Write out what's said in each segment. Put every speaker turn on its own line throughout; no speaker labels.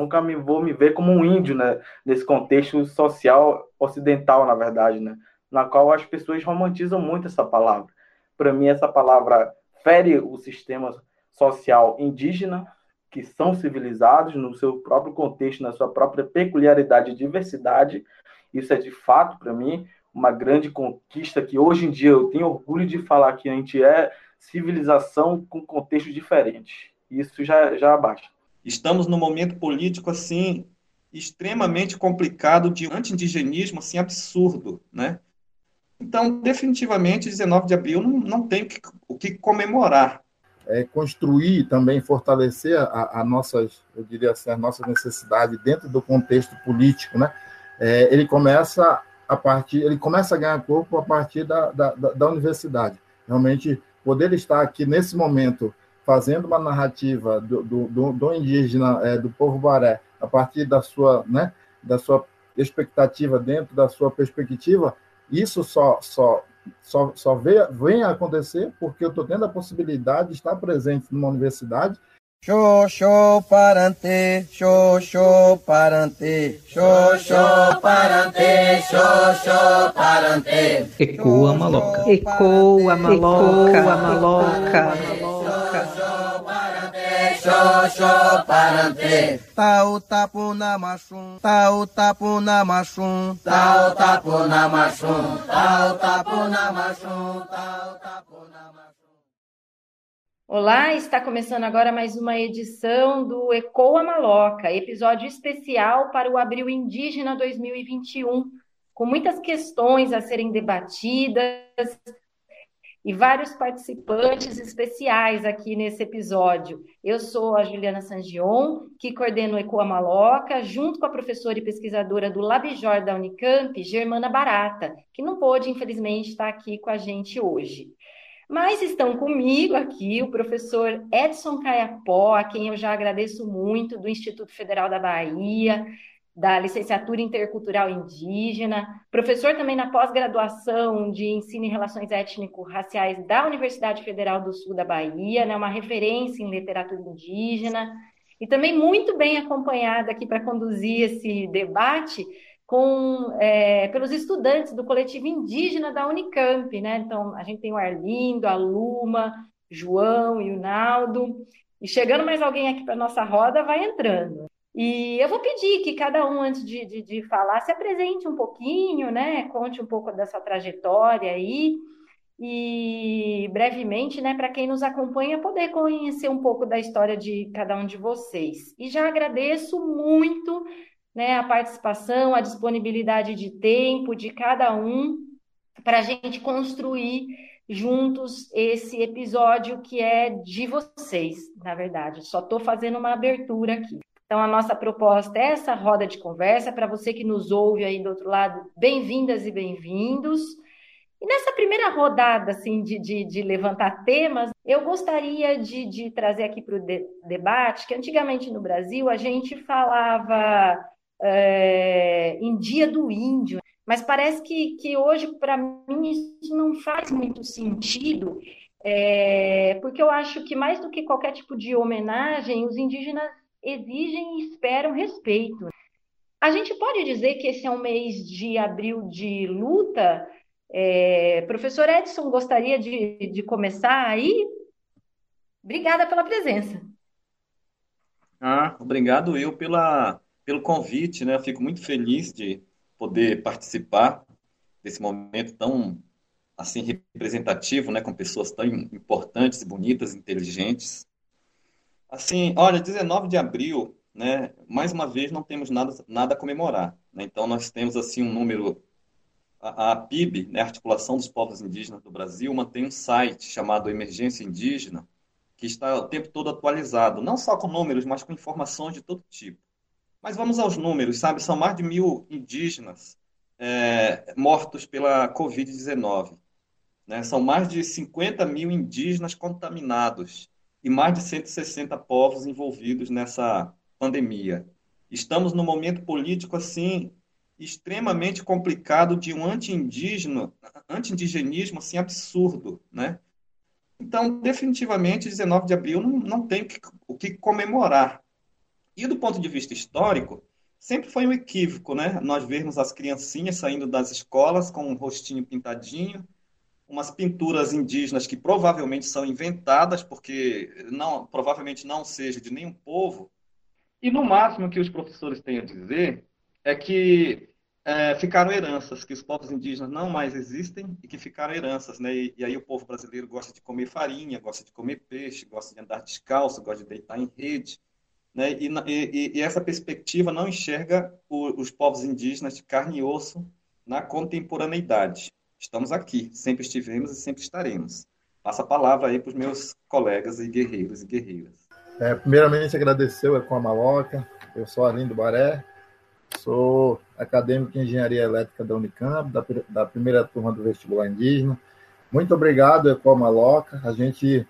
nunca vou me ver como um índio, né? Nesse contexto social ocidental, na verdade, né? Na qual as pessoas romantizam muito essa palavra. Para mim, essa palavra fere o sistema social indígena, que são civilizados no seu próprio contexto, na sua própria peculiaridade e diversidade. Isso é, de fato, para mim, uma grande conquista que hoje em dia eu tenho orgulho de falar que a gente é civilização com contextos diferentes. Isso já basta.
Estamos num momento político assim extremamente complicado de anti-indigenismo assim absurdo, né? Então, definitivamente, 19 de abril não tem o que comemorar.
Construir também, fortalecer a nossas, eu diria assim, as nossas necessidades dentro do contexto político, né? Ele começa a ganhar corpo a partir da universidade. Realmente, poder estar aqui nesse momento fazendo uma narrativa do indígena, do povo Baré, a partir da sua expectativa, dentro da sua perspectiva, isso só vem a acontecer porque eu estou tendo a possibilidade de estar presente numa universidade.
Xoxô parante, xoxô parante, xoxô parante, xoxô parante.
Ecoa maloca, ecoa maloca, ecoa maloca.
Xoxô parante, tau tapu na machum, tau tapu na machum, tau tapu na machum, tau tapu na machum, tau tapu na machum.
Olá, está começando agora mais uma edição do Ecoa Maloca, episódio especial para o Abril Indígena 2021, com muitas questões a serem debatidas e vários participantes especiais aqui nesse episódio. Eu sou a Juliana Sangion, que coordeno o Ecoa Maloca, junto com a professora e pesquisadora do Labjor da Unicamp, Germana Barata, que não pôde, infelizmente, estar aqui com a gente hoje. Mas estão comigo aqui o professor Edson Caiapó, a quem eu já agradeço muito, do Instituto Federal da Bahia, da Licenciatura Intercultural Indígena, professor também na pós-graduação de Ensino em Relações Étnico-Raciais da Universidade Federal do Sul da Bahia, né, uma referência em literatura indígena, e também muito bem acompanhada aqui para conduzir esse debate pelos estudantes do coletivo indígena da Unicamp, né? Então, a gente tem o Arlindo, a Luma, João e o Naldo, e chegando mais alguém aqui para a nossa roda, vai entrando. E eu vou pedir que cada um, antes de falar, se apresente um pouquinho, né? Conte um pouco da sua trajetória aí, e brevemente, né, para quem nos acompanha, poder conhecer um pouco da história de cada um de vocês. E já agradeço muito, né, a participação, a disponibilidade de tempo de cada um para a gente construir juntos esse episódio que é de vocês, na verdade. Só estou fazendo uma abertura aqui. Então, a nossa proposta é essa roda de conversa. Para você que nos ouve aí do outro lado, bem-vindas e bem-vindos. E nessa primeira rodada assim, de levantar temas, eu gostaria de trazer aqui para o debate que antigamente no Brasil a gente falava em Dia do Índio, mas parece que hoje, para mim, isso não faz muito sentido, porque eu acho que mais do que qualquer tipo de homenagem, os indígenas exigem e esperam respeito. A gente pode dizer que esse é um mês de abril de luta? Professor Edson, gostaria de começar aí? Obrigada pela presença.
Obrigado eu pelo convite, né? Eu fico muito feliz de poder participar desse momento tão assim representativo, né? Com pessoas tão importantes, bonitas, inteligentes. Assim, olha, 19 de abril, né? Mais uma vez não temos nada a comemorar, né? Então nós temos assim um número. A PIB, né, a Articulação dos Povos Indígenas do Brasil, mantém um site chamado Emergência Indígena, que está o tempo todo atualizado, não só com números, mas com informações de todo tipo. Mas vamos aos números, sabe? São mais de 1.000 indígenas mortos pela Covid-19. Né? São mais de 50 mil indígenas contaminados e mais de 160 povos envolvidos nessa pandemia. Estamos num momento político assim extremamente complicado de um anti-indigenismo assim absurdo, né? Então, definitivamente, 19 de abril não tem o que comemorar. E do ponto de vista histórico, sempre foi um equívoco, né? Nós vermos as criancinhas saindo das escolas com um rostinho pintadinho, umas pinturas indígenas que provavelmente são inventadas, porque provavelmente não seja de nenhum povo, e no máximo que os professores têm a dizer é que ficaram heranças, que os povos indígenas não mais existem e que ficaram heranças, né? E aí o povo brasileiro gosta de comer farinha, gosta de comer peixe, gosta de andar descalço, gosta de deitar em rede, né? E essa perspectiva não enxerga os povos indígenas de carne e osso na contemporaneidade. Estamos aqui, sempre estivemos e sempre estaremos. Passa a palavra aí para os meus colegas e guerreiros e guerreiras.
Primeiramente, agradecer o Ecol Amaloca. Eu sou Arlindo Baré, sou acadêmico em Engenharia Elétrica da Unicamp, da primeira turma do vestibular indígena. Muito obrigado, Ecol Amaloca. A gente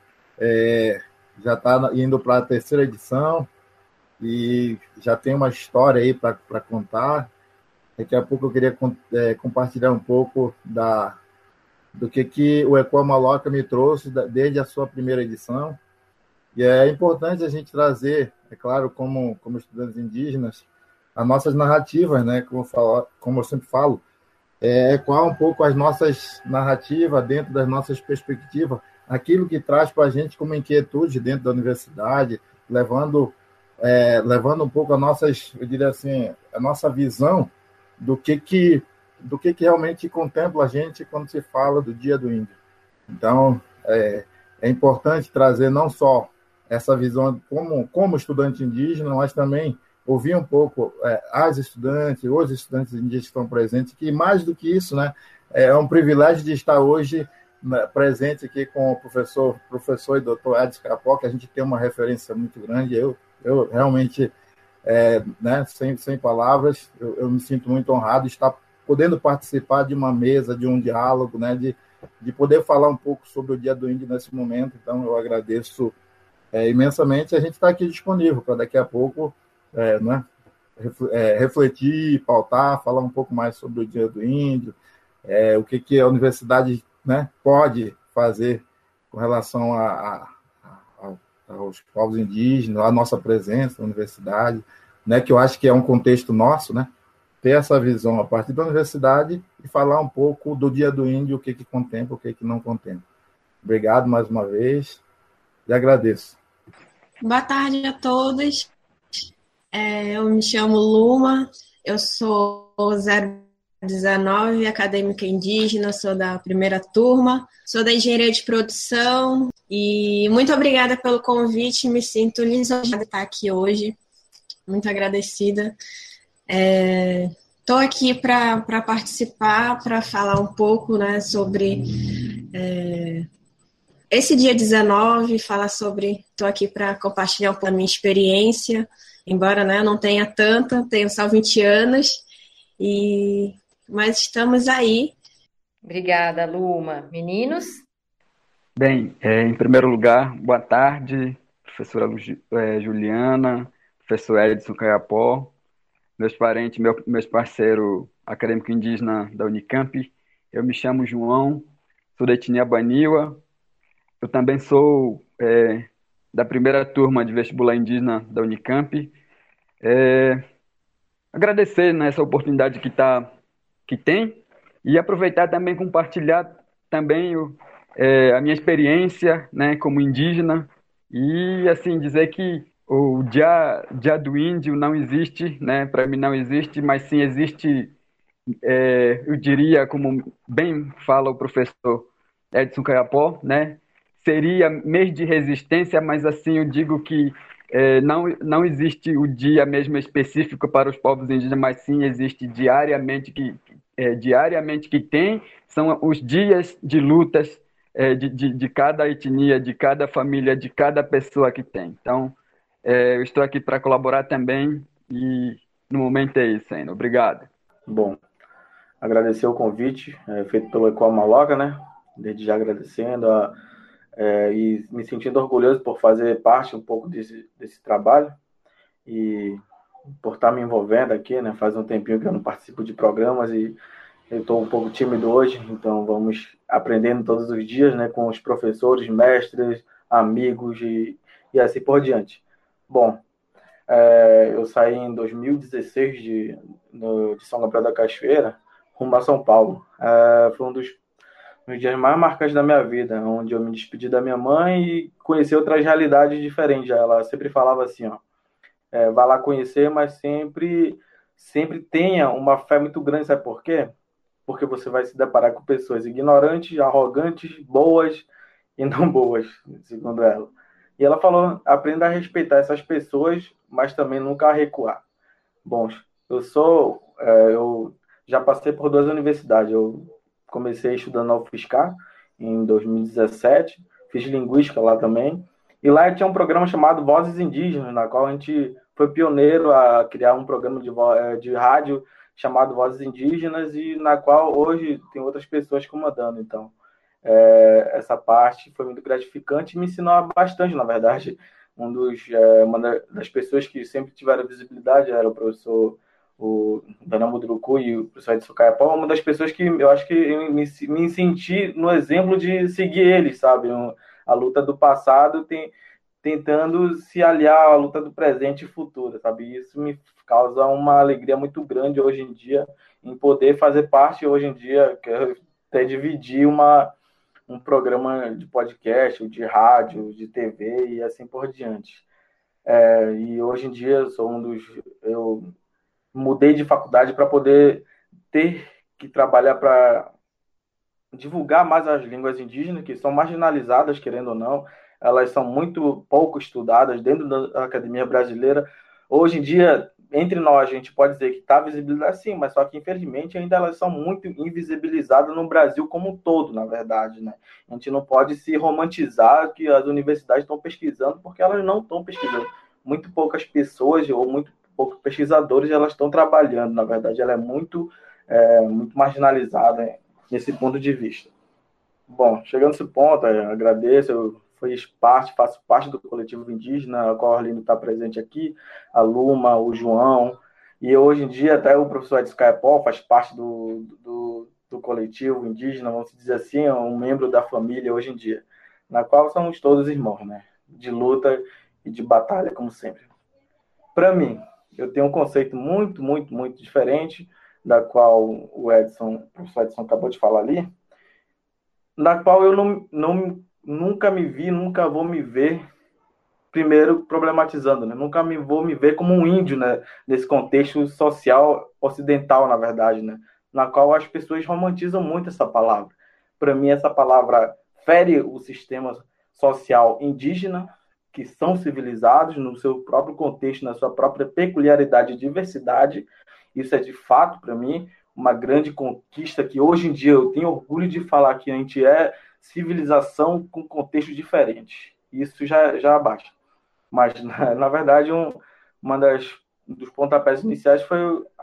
já está indo para a terceira edição e já tem uma história aí para contar. Daqui a pouco eu queria compartilhar um pouco do que o Ecol Amaloca me trouxe desde a sua primeira edição. E é importante a gente trazer, é claro, como estudantes indígenas, as nossas narrativas, né? Como eu sempre falo, ecoar um pouco as nossas narrativas dentro das nossas perspectivas, aquilo que traz para a gente como inquietude dentro da universidade, levando um pouco eu diria assim, a nossa visão do que realmente contempla a gente quando se fala do Dia do Índio. Então, é importante trazer não só essa visão como estudante indígena, mas também ouvir um pouco os estudantes indígenas que estão presentes, que mais do que isso, né, é um privilégio de estar hoje presente aqui com o professor e doutor Edson Capó, que a gente tem uma referência muito grande. Eu realmente, né, sem palavras, eu me sinto muito honrado de estar podendo participar de uma mesa, de um diálogo, né, de poder falar um pouco sobre o Dia do Índio nesse momento. Então, eu agradeço imensamente. A gente está aqui disponível para daqui a pouco né, refletir, pautar, falar um pouco mais sobre o Dia do Índio, o que a universidade, né, pode fazer com relação aos povos indígenas, a nossa presença na universidade, né, que eu acho que é um contexto nosso, né, ter essa visão a partir da universidade e falar um pouco do Dia do Índio, o que contempla, o que não contempla. Obrigado mais uma vez e agradeço.
Boa tarde a todos. Eu me chamo Luma, eu sou 019, acadêmica indígena, sou da primeira turma, sou da engenharia de produção e muito obrigada pelo convite, me sinto lisonjeada de estar aqui hoje, muito agradecida. Estou aqui para participar, para falar um pouco, né, sobre esse dia 19, estou aqui para compartilhar um pouco da minha experiência, embora, né, eu não tenha tanta, tenho só 20 anos, mas estamos aí.
Obrigada, Luma. Meninos?
Bem, em primeiro lugar, boa tarde, professora Juliana, professor Edson Caiapó, meus parentes, meus parceiros acadêmicos indígenas da Unicamp. Eu me chamo João, sou da etnia Baniwa. Eu também sou da primeira turma de vestibular indígena da Unicamp. Agradecer nessa oportunidade que tem e aproveitar também compartilhar também a minha experiência, né, como indígena e assim dizer que o dia do Índio não existe, né, para mim não existe, mas sim existe, eu diria, como bem fala o professor Edson Caiapó, né, seria mês de resistência, mas assim eu digo que não existe o dia mesmo específico para os povos indígenas, mas sim existe diariamente que tem, são os dias de lutas de cada etnia, de cada família, de cada pessoa que tem. Então, eu estou aqui para colaborar também e no momento é isso ainda. Obrigado.
Bom, agradecer o convite feito pelo Ecol Amaloca, né? Desde já agradecendo e me sentindo orgulhoso por fazer parte um pouco desse trabalho e por estar me envolvendo aqui, né? Faz um tempinho que eu não participo de programas e eu estou um pouco tímido hoje, então vamos aprendendo todos os dias, né? Com os professores, mestres, amigos e assim por diante. Bom, Eu saí em 2016 de São Gabriel da Cachoeira, rumo a São Paulo. Foi um dos dias mais marcantes da minha vida, onde eu me despedi da minha mãe e conheci outras realidades diferentes. Ela sempre falava assim, ó, vai lá conhecer, mas sempre tenha uma fé muito grande, sabe por quê? Porque você vai se deparar com pessoas ignorantes, arrogantes, boas e não boas, segundo ela. E ela falou, aprenda a respeitar essas pessoas, mas também nunca a recuar. Bom, eu já passei por 2 universidades. Eu comecei estudando na UFSCar em 2017, fiz linguística lá também. E lá tinha um programa chamado Vozes Indígenas, na qual a gente foi pioneiro a criar um programa de rádio chamado Vozes Indígenas e na qual hoje tem outras pessoas comandando. Então, essa parte foi muito gratificante e me ensinou bastante, na verdade. Uma das pessoas que sempre tiveram visibilidade era o professor Daniel Mudruku e o professor Edson Caiapó, uma das pessoas que eu acho que eu me senti no exemplo de seguir eles, sabe? A luta do passado tentando se aliar à luta do presente e futuro, sabe? Isso me causa uma alegria muito grande hoje em dia, em poder fazer parte hoje em dia, até dividir um programa de podcast, de rádio, de TV e assim por diante. E hoje em dia eu mudei de faculdade para poder ter que trabalhar para divulgar mais as línguas indígenas, que são marginalizadas, querendo ou não. Elas são muito pouco estudadas dentro da academia brasileira. Hoje em dia, entre nós, a gente pode dizer que está visibilizada sim, mas só que, infelizmente, ainda elas são muito invisibilizadas no Brasil como um todo, na verdade, né? A gente não pode se romantizar que as universidades estão pesquisando, porque elas não estão pesquisando. Muito poucas pessoas ou muito poucos pesquisadores elas estão trabalhando. Na verdade, ela é muito marginalizada nesse ponto de vista. Bom, chegando nesse ponto, agradeço, eu faço parte do coletivo indígena, a qual a Arlindo está presente aqui, a Luma, o João, e hoje em dia até o professor Edson Caiapó faz parte do coletivo indígena, vamos dizer assim, é um membro da família hoje em dia, na qual somos todos irmãos, né? De luta e de batalha, como sempre. Para mim, eu tenho um conceito muito, muito, muito diferente da qual o professor Edson acabou de falar ali, na qual eu nunca me vi, nunca vou me ver, primeiro problematizando, né? Nunca vou me ver como um índio, né? Nesse contexto social ocidental, na verdade, né? Na qual as pessoas romantizam muito essa palavra. Para mim, essa palavra fere o sistema social indígena, que são civilizados no seu próprio contexto, na sua própria peculiaridade e diversidade. Isso é, de fato, para mim, uma grande conquista que hoje em dia eu tenho orgulho de falar que a gente é civilização com contextos diferentes. Isso já basta. Mas, na verdade, dos pontapés iniciais foi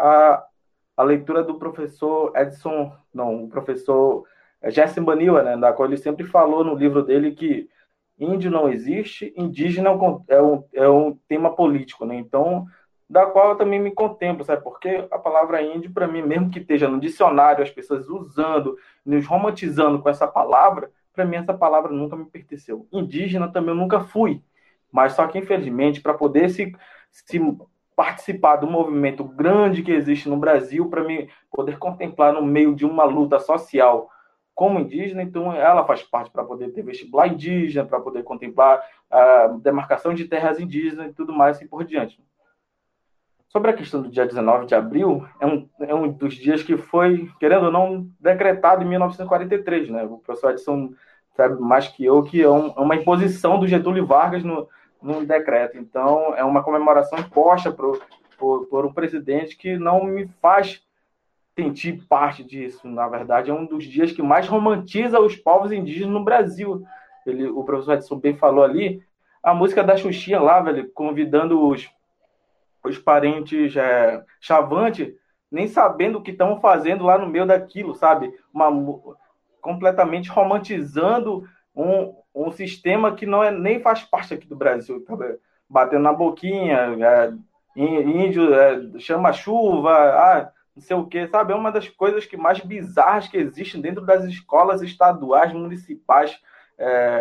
a leitura do professor o professor Gerson Baniwa, né, da qual ele sempre falou no livro dele que índio não existe, indígena é um tema político, né? Então, da qual eu também me contemplo, sabe? Porque a palavra índio, para mim, mesmo que esteja no dicionário, as pessoas usando, nos romantizando com essa palavra, para mim essa palavra nunca me pertenceu. Indígena também eu nunca fui, mas só que, infelizmente, para poder se participar do movimento grande que existe no Brasil, para mim poder contemplar no meio de uma luta social como indígena, então ela faz parte para poder ter vestibular indígena, para poder contemplar a demarcação de terras indígenas e tudo mais, assim por diante. Sobre a questão do dia 19 de abril, é um dos dias que foi, querendo ou não, decretado em 1943, né? O professor Edson sabe mais que eu que é uma imposição do Getúlio Vargas no decreto. Então, é uma comemoração imposta por um presidente que não me faz sentir parte disso. Na verdade, é um dos dias que mais romantiza os povos indígenas no Brasil. O professor Edson bem falou ali, a música da Xuxinha lá, velho, convidando os parentes Chavante, nem sabendo o que estão fazendo lá no meio daquilo, sabe? Completamente romantizando um sistema que nem faz parte aqui do Brasil, tá? Batendo na boquinha, índio chama chuva, não sei o que, sabe? É uma das coisas mais bizarras que existem dentro das escolas estaduais, municipais,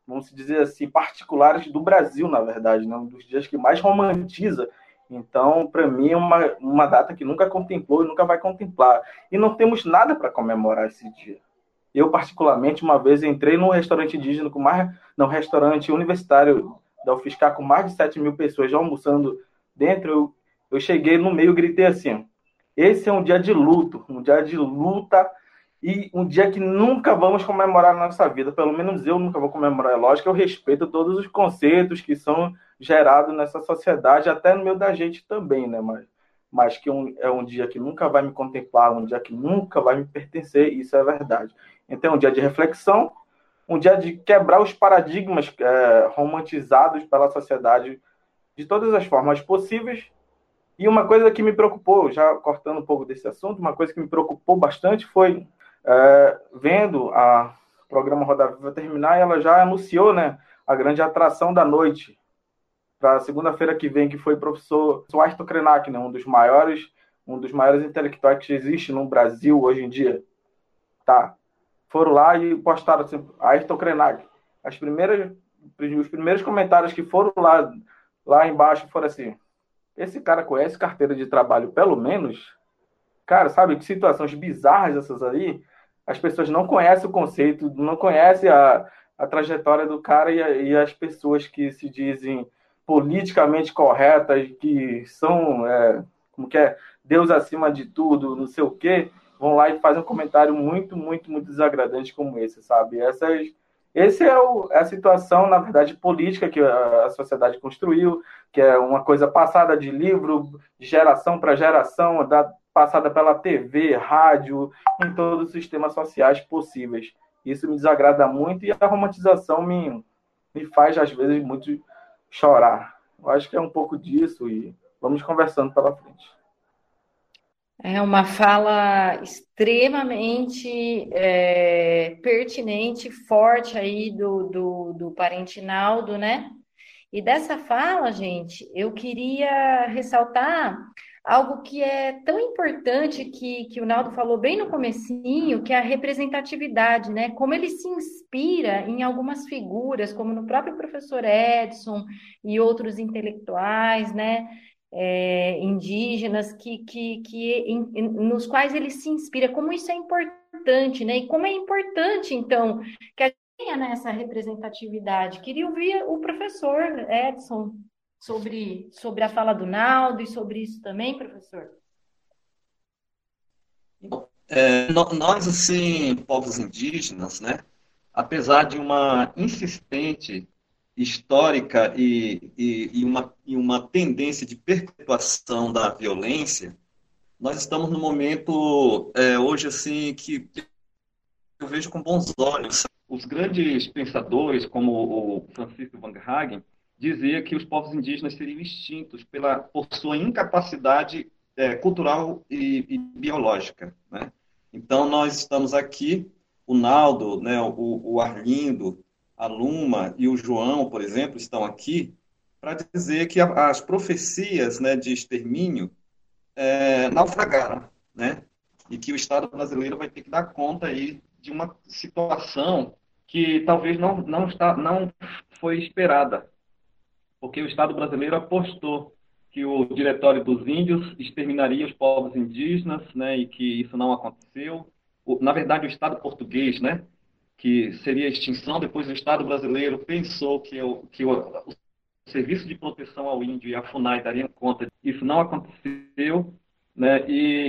vamos dizer assim, particulares do Brasil, na verdade, né? Um dos dias que mais romantiza. Então, para mim, é uma data que nunca contemplou e nunca vai contemplar. E não temos nada para comemorar esse dia. Eu, particularmente, uma vez entrei num restaurante indígena num restaurante universitário da UFSCar com mais de 7.000 pessoas já almoçando dentro. Eu cheguei no meio e gritei assim: esse é um dia de luto, um dia de luta e um dia que nunca vamos comemorar na nossa vida. Pelo menos eu nunca vou comemorar. É lógico que eu respeito todos os conceitos que são gerados nessa sociedade, até no meio da gente também, né? Mas que é um dia que nunca vai me contemplar, um dia que nunca vai me pertencer, isso é verdade. Então, é um dia de reflexão, um dia de quebrar os paradigmas romantizados pela sociedade de todas as formas possíveis. E uma coisa que me preocupou, já cortando um pouco desse assunto, uma coisa que me preocupou bastante foi vendo o programa Roda Viva terminar, e ela já anunciou, né, a grande atração da noite para segunda-feira que vem, que foi o professor Ayrton Krenak, né, um dos maiores intelectuais que existe no Brasil hoje em dia. Tá. Foram lá e postaram assim, Ayrton Krenak. Os primeiros comentários que foram lá embaixo foram assim: esse cara conhece carteira de trabalho, pelo menos? Cara, sabe que situações bizarras essas aí? As pessoas não conhecem o conceito, não conhecem a trajetória do cara, e as pessoas que se dizem politicamente corretas, que são, como que é, Deus acima de tudo, não sei o quê, vão lá e fazem um comentário muito, muito, muito desagradante como esse, sabe? Esse é a situação, na verdade, política que a sociedade construiu, que é uma coisa passada de livro, de geração para geração, passada pela TV, rádio, em todos os sistemas sociais possíveis. Isso me desagrada muito, e a romantização me faz, às vezes, muito chorar. Eu acho que é um pouco disso, e vamos conversando pela frente.
É uma fala extremamente pertinente, forte aí do parente Naldo, né? E dessa fala, gente, eu queria ressaltar algo que é tão importante que o Naldo falou bem no comecinho, que é a representatividade, né? Como ele se inspira em algumas figuras, como no próprio professor Edson e outros intelectuais, né? Indígenas nos quais ele se inspira, como isso é importante, né? E como é importante, então, que a gente tenha, né, essa representatividade. Queria ouvir o professor Edson sobre a fala do Naldo e sobre isso também, professor.
Nós, assim, povos indígenas, né, apesar de uma insistente histórica e uma tendência de perpetuação da violência, nós estamos num momento hoje assim que eu vejo com bons olhos. Os grandes pensadores, como o Francisco Van Hagen, dizia que os povos indígenas seriam extintos por sua incapacidade cultural e biológica, né? Então nós estamos aqui, o Naldo, né, o Arlindo, a Luma e o João, por exemplo, estão aqui para dizer que as profecias, né, de extermínio naufragaram, né? E que o Estado brasileiro vai ter que dar conta aí de uma situação que talvez não foi esperada, porque o Estado brasileiro apostou que o Diretório dos Índios exterminaria os povos indígenas, né, e que isso não aconteceu. Na verdade, o Estado português, né, que seria a extinção, depois o Estado brasileiro pensou que o Serviço de Proteção ao Índio e a FUNAI dariam conta. Isso não aconteceu, né,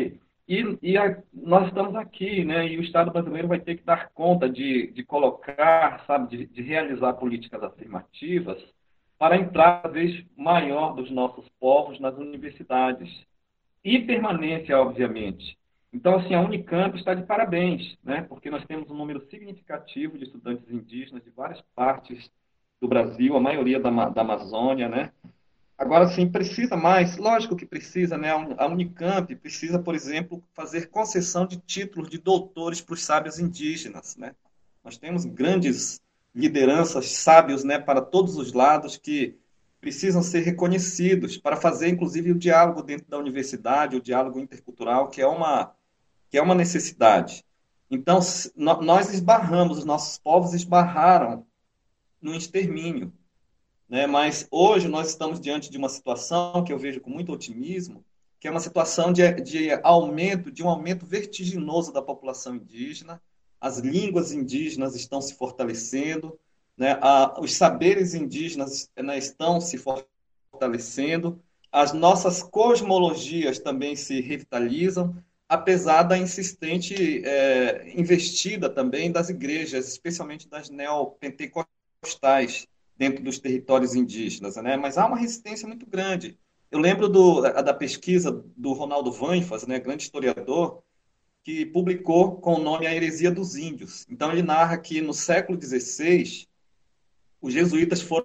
nós estamos aqui, né, e o Estado brasileiro vai ter que dar conta de colocar, sabe, de realizar políticas afirmativas para a entrada cada vez maior dos nossos povos nas universidades. E permanência, obviamente. Então, assim, a Unicamp está de parabéns, né? Porque nós temos um número significativo de estudantes indígenas de várias partes do Brasil, a maioria da Amazônia, né? Agora, sim, precisa mais, lógico que precisa, né? A Unicamp precisa, por exemplo, fazer concessão de títulos de doutores para os sábios indígenas, né? Nós temos grandes lideranças, sábios, né, para todos os lados, que precisam ser reconhecidos para fazer, inclusive, o diálogo dentro da universidade, o diálogo intercultural, que é uma necessidade. Então, nós esbarramos, os nossos povos esbarraram no extermínio, né? Mas hoje nós estamos diante de uma situação que eu vejo com muito otimismo, que é uma situação de um aumento vertiginoso da população indígena. As línguas indígenas estão se fortalecendo, né? Os saberes indígenas, né, estão se fortalecendo, as nossas cosmologias também se revitalizam, apesar da insistente investida também das igrejas, especialmente das neopentecostais, dentro dos territórios indígenas, né? Mas há uma resistência muito grande. Eu lembro da pesquisa do Ronaldo Vanfas, né, grande historiador, que publicou com o nome A Heresia dos Índios. Então, ele narra que no século XVI, os jesuítas foram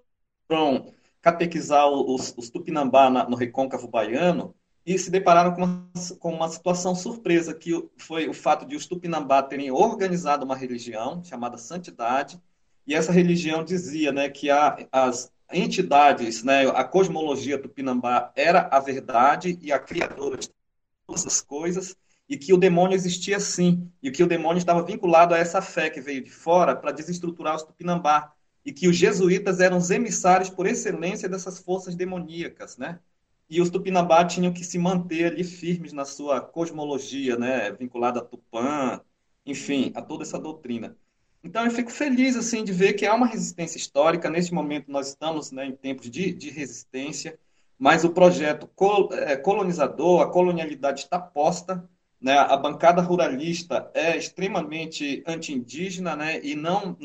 catequizar os Tupinambá no recôncavo baiano e se depararam com uma situação surpresa, que foi o fato de os Tupinambá terem organizado uma religião chamada Santidade, e essa religião dizia, né, que as entidades, né, a cosmologia Tupinambá era a verdade e a criadora de todas as coisas, e que o demônio existia sim, e que o demônio estava vinculado a essa fé que veio de fora para desestruturar os Tupinambá, e que os jesuítas eram os emissários por excelência dessas forças demoníacas, né? E os Tupinambá tinham que se manter ali firmes na sua cosmologia, né, vinculada a Tupã, enfim, a toda essa doutrina. Então, eu fico feliz assim de ver que há uma resistência histórica. Neste momento, nós estamos, né, em tempos de resistência, mas o projeto colonizador, a colonialidade está posta, né? A bancada ruralista é extremamente anti-indígena, né? E não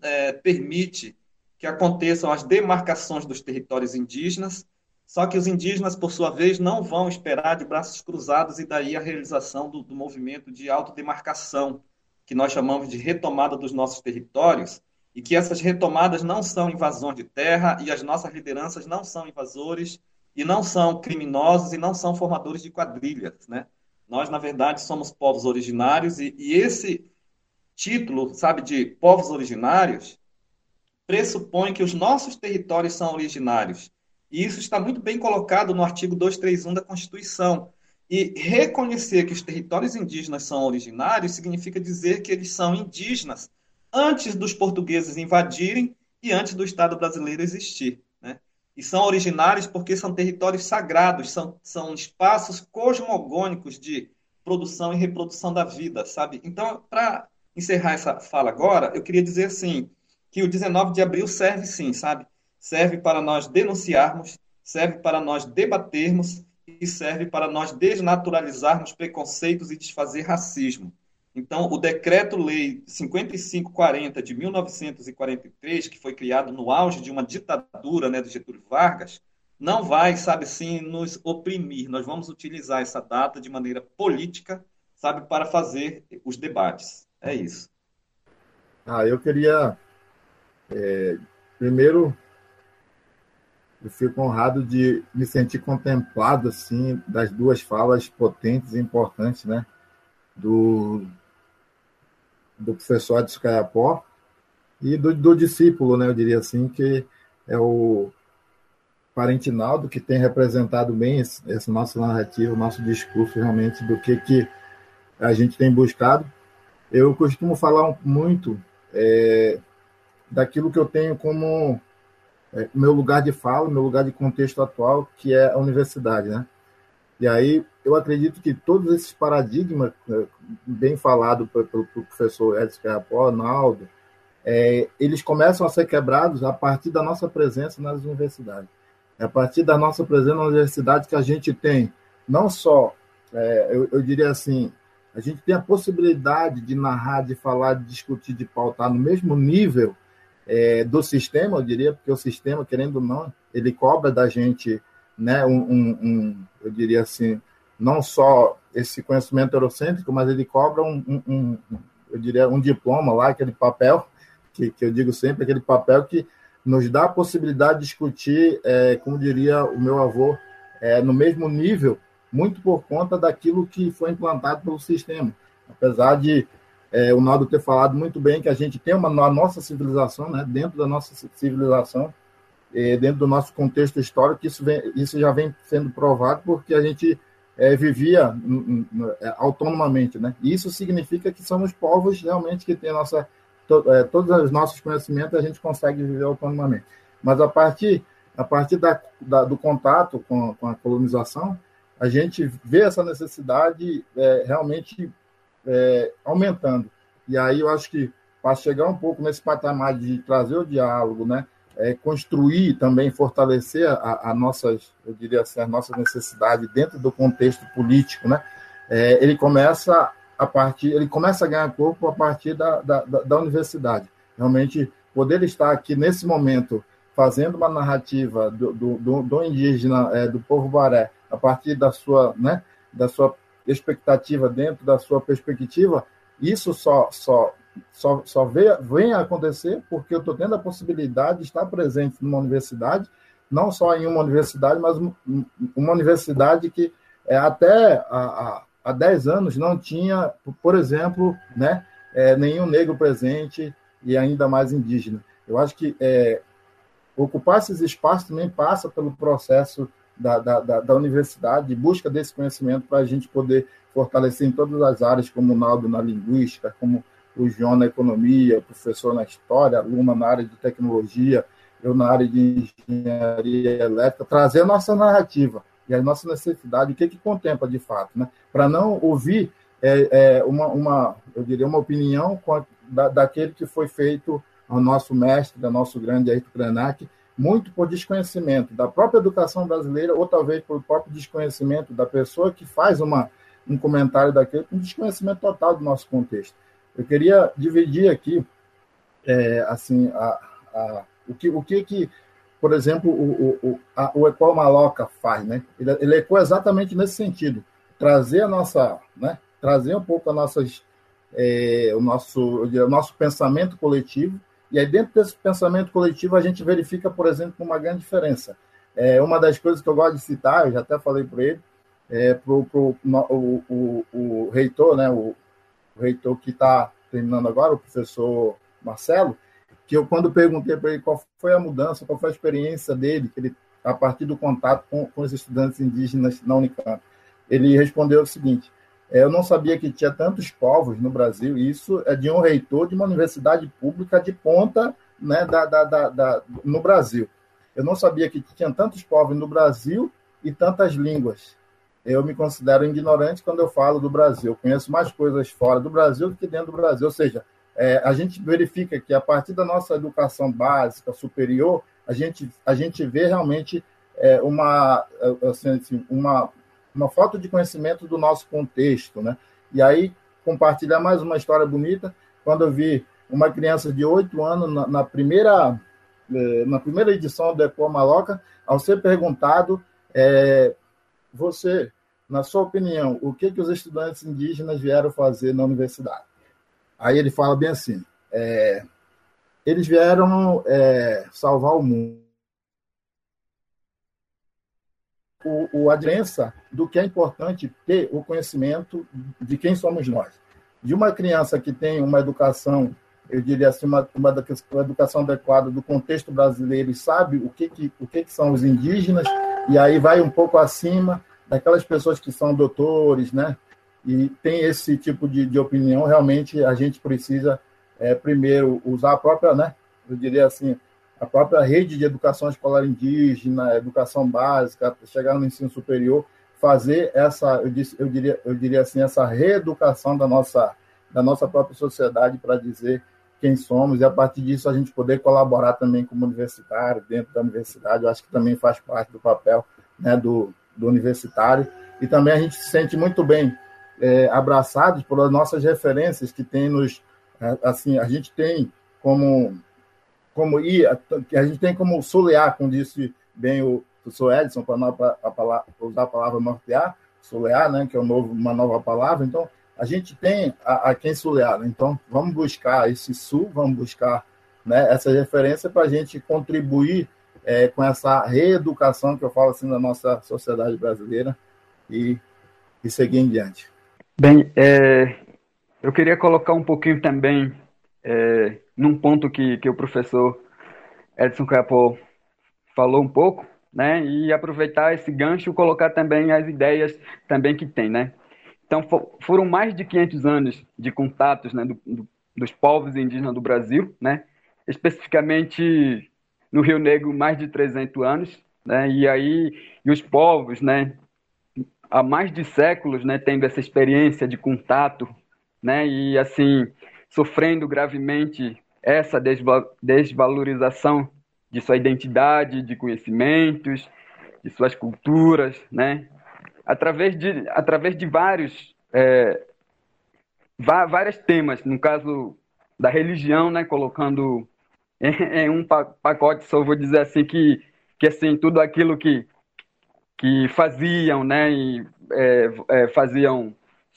permite que aconteçam as demarcações dos territórios indígenas. Só que os indígenas, por sua vez, não vão esperar de braços cruzados, e daí a realização do movimento de autodemarcação, que nós chamamos de retomada dos nossos territórios, e que essas retomadas não são invasões de terra, e as nossas lideranças não são invasores, e não são criminosos, e não são formadores de quadrilhas, né? Nós, na verdade, somos povos originários, e esse título, sabe, de povos originários, pressupõe que os nossos territórios são originários. E isso está muito bem colocado no artigo 231 da Constituição. E reconhecer que os territórios indígenas são originários significa dizer que eles são indígenas antes dos portugueses invadirem e antes do Estado brasileiro existir, né? E são originários porque são territórios sagrados, são espaços cosmogônicos de produção e reprodução da vida, sabe? Então, para encerrar essa fala agora, eu queria dizer assim, que o 19 de abril serve sim, sabe? Serve para nós denunciarmos, serve para nós debatermos e serve para nós desnaturalizarmos preconceitos e desfazer racismo. Então, o Decreto-Lei 5540 de 1943, que foi criado no auge de uma ditadura, né, do Getúlio Vargas, não vai, sabe, sim, nos oprimir. Nós vamos utilizar essa data de maneira política, sabe, para fazer os debates. É isso.
Eu queria, primeiro, eu fico honrado de me sentir contemplado, assim, das duas falas potentes e importantes, né, do professor Edson Caiapó e do discípulo, né, eu diria assim, que é o Parente Naldo, que tem representado bem esse nosso narrativo, nosso discurso realmente do que a gente tem buscado. Eu costumo falar muito daquilo que eu tenho como meu lugar de fala, meu lugar de contexto atual, que é a universidade, né? E aí eu acredito que todos esses paradigmas, bem falado pelo professor Edson Caiapó, Naldo, eles começam a ser quebrados a partir da nossa presença nas universidades. É a partir da nossa presença na universidade que a gente tem, não só, eu diria assim, a gente tem a possibilidade de narrar, de falar, de discutir, de pautar no mesmo nível do sistema, eu diria, porque o sistema, querendo ou não, ele cobra da gente, né, eu diria assim, não só esse conhecimento eurocêntrico, mas ele cobra eu diria, um diploma lá, aquele papel, que eu digo sempre, aquele papel que nos dá a possibilidade de discutir, como diria o meu avô, no mesmo nível, muito por conta daquilo que foi implantado pelo sistema. Apesar de o Naldo ter falado muito bem que a gente tem a nossa civilização, né, dentro da nossa civilização, dentro do nosso contexto histórico, isso já vem sendo provado porque a gente vivia autonomamente, né? E isso significa que somos povos realmente que têm a nossa todos os nossos conhecimentos a gente consegue viver autonomamente. Mas a partir do contato com a colonização, a gente vê essa necessidade realmente aumentando. E aí eu acho que, para chegar um pouco nesse patamar de trazer o diálogo, né, construir também, fortalecer a nossas, eu diria assim, as nossas necessidades dentro do contexto político, né, ele começa a ganhar corpo a partir da universidade. Realmente, poder estar aqui nesse momento fazendo uma narrativa do indígena, do povo Baré, a partir da sua expectativa, dentro da sua perspectiva, isso só vem a acontecer porque eu estou tendo a possibilidade de estar presente numa universidade, não só em uma universidade, mas uma universidade que até há 10 anos não tinha, por exemplo, né, nenhum negro presente e ainda mais indígena. Eu acho que ocupar esses espaços também passa pelo processo da universidade, de busca desse conhecimento para a gente poder fortalecer em todas as áreas, como o Naldo na linguística, como o João na economia, o professor na história, a Luma na área de tecnologia, eu na área de engenharia elétrica, trazer a nossa narrativa e a nossa necessidade, o que contempla de fato, né? Para não ouvir eu diria, uma opinião daquele que foi feito ao nosso mestre, ao nosso grande Ayrton Krenak, muito por desconhecimento da própria educação brasileira, ou talvez por próprio desconhecimento da pessoa que faz um comentário daquele, com desconhecimento total do nosso contexto. Eu queria dividir aqui, assim, o que, por exemplo, o Ecol Maloca faz, né? Ele ecoa exatamente nesse sentido, trazer trazer um pouco o nosso pensamento coletivo. E aí, dentro desse pensamento coletivo, a gente verifica, por exemplo, uma grande diferença. Uma das coisas que eu gosto de citar, eu já até falei para ele, o reitor, né, o reitor que está terminando agora, o professor Marcelo, que eu, quando perguntei para ele qual foi a mudança, qual foi a experiência dele, que ele, a partir do contato com os estudantes indígenas na Unicamp, ele respondeu o seguinte: eu não sabia que tinha tantos povos no Brasil, e isso é de um reitor de uma universidade pública de ponta, né, no Brasil. Eu não sabia que tinha tantos povos no Brasil e tantas línguas. Eu me considero ignorante quando eu falo do Brasil. Eu conheço mais coisas fora do Brasil do que dentro do Brasil. Ou seja, a gente verifica que, a partir da nossa educação básica, superior, a gente vê realmente uma falta de conhecimento do nosso contexto, né? E aí, compartilhar mais uma história bonita, quando eu vi uma criança de 8 anos, na primeira edição do Ecol Maloca, ao ser perguntado, você, na sua opinião, o que os estudantes indígenas vieram fazer na universidade? Aí ele fala bem assim, eles vieram salvar o mundo. A diferença do que é importante ter o conhecimento de quem somos nós. De uma criança que tem uma educação, eu diria assim, uma educação adequada do contexto brasileiro e sabe o que são os indígenas, e aí vai um pouco acima daquelas pessoas que são doutores, né? E tem esse tipo de opinião. Realmente a gente precisa, primeiro, usar a própria, né? Eu diria assim, a própria rede de educação escolar indígena, educação básica, chegar no ensino superior, fazer essa, eu diria assim, essa reeducação da nossa própria sociedade para dizer quem somos, e a partir disso a gente poder colaborar também como universitário, dentro da universidade. Eu acho que também faz parte do papel, né, do universitário, e também a gente se sente muito bem abraçados pelas nossas referências que tem assim, a gente tem como solear, como disse bem o professor Edson, para usar a palavra nortear, solear, né, que é uma nova palavra. Então, a gente tem a quem solear, né? Então, vamos buscar esse sul, vamos buscar, né, essa referência para a gente contribuir com essa reeducação, que eu falo assim, da nossa sociedade brasileira, e seguir em diante.
Bem, eu queria colocar um pouquinho também num ponto que o professor Edson Capó falou um pouco, né, e aproveitar esse gancho e colocar também as ideias também que tem, né. Então, foram mais de 500 anos de contatos, né, dos povos indígenas do Brasil, né? Especificamente no Rio Negro, mais de 300 anos, né? E os povos, né, há mais de séculos, né, tendo essa experiência de contato, né, e assim sofrendo gravemente essa desvalorização de sua identidade, de conhecimentos, de suas culturas, né, através de vários temas, no caso da religião, né, colocando em um pacote, só vou dizer assim que assim, tudo aquilo que faziam, né, e faziam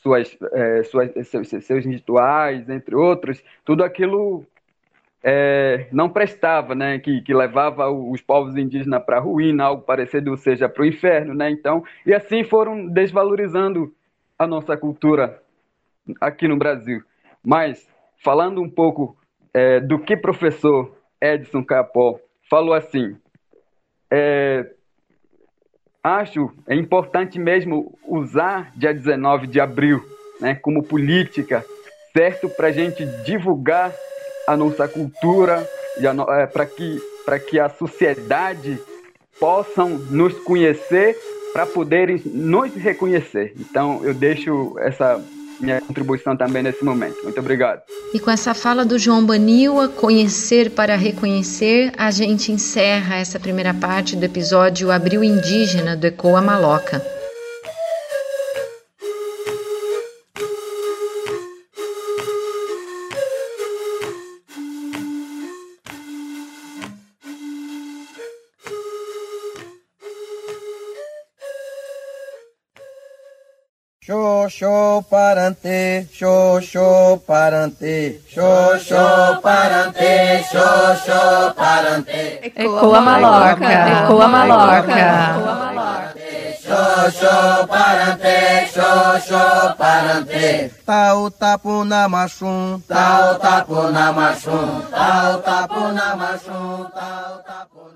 seus rituais, entre outros, tudo aquilo não prestava, né, que levava os povos indígenas para a ruína, algo parecido, ou seja, para o inferno, né, então, e assim foram desvalorizando a nossa cultura aqui no Brasil. Mas, falando um pouco do que o professor Edson Capó falou assim, acho importante mesmo usar dia 19 de abril, né, como política, certo, para a gente divulgar a nossa cultura, para que a sociedade possam nos conhecer, para poderem nos reconhecer. Então, eu deixo essa minha contribuição também nesse momento. Muito obrigado.
E com essa fala do João Baniwa, Conhecer para Reconhecer, a gente encerra essa primeira parte do episódio Abril Indígena do ECOA Maloca.
Xoxô parante, xoxô parante, xoxô parante, xoxô parante.
Ecoa Maloca, Ecoa Maloca.
Xoxô parante, xoxô parante. Tau tapu na machum, tau tapu na machum, tau tapu na machum, tau tapu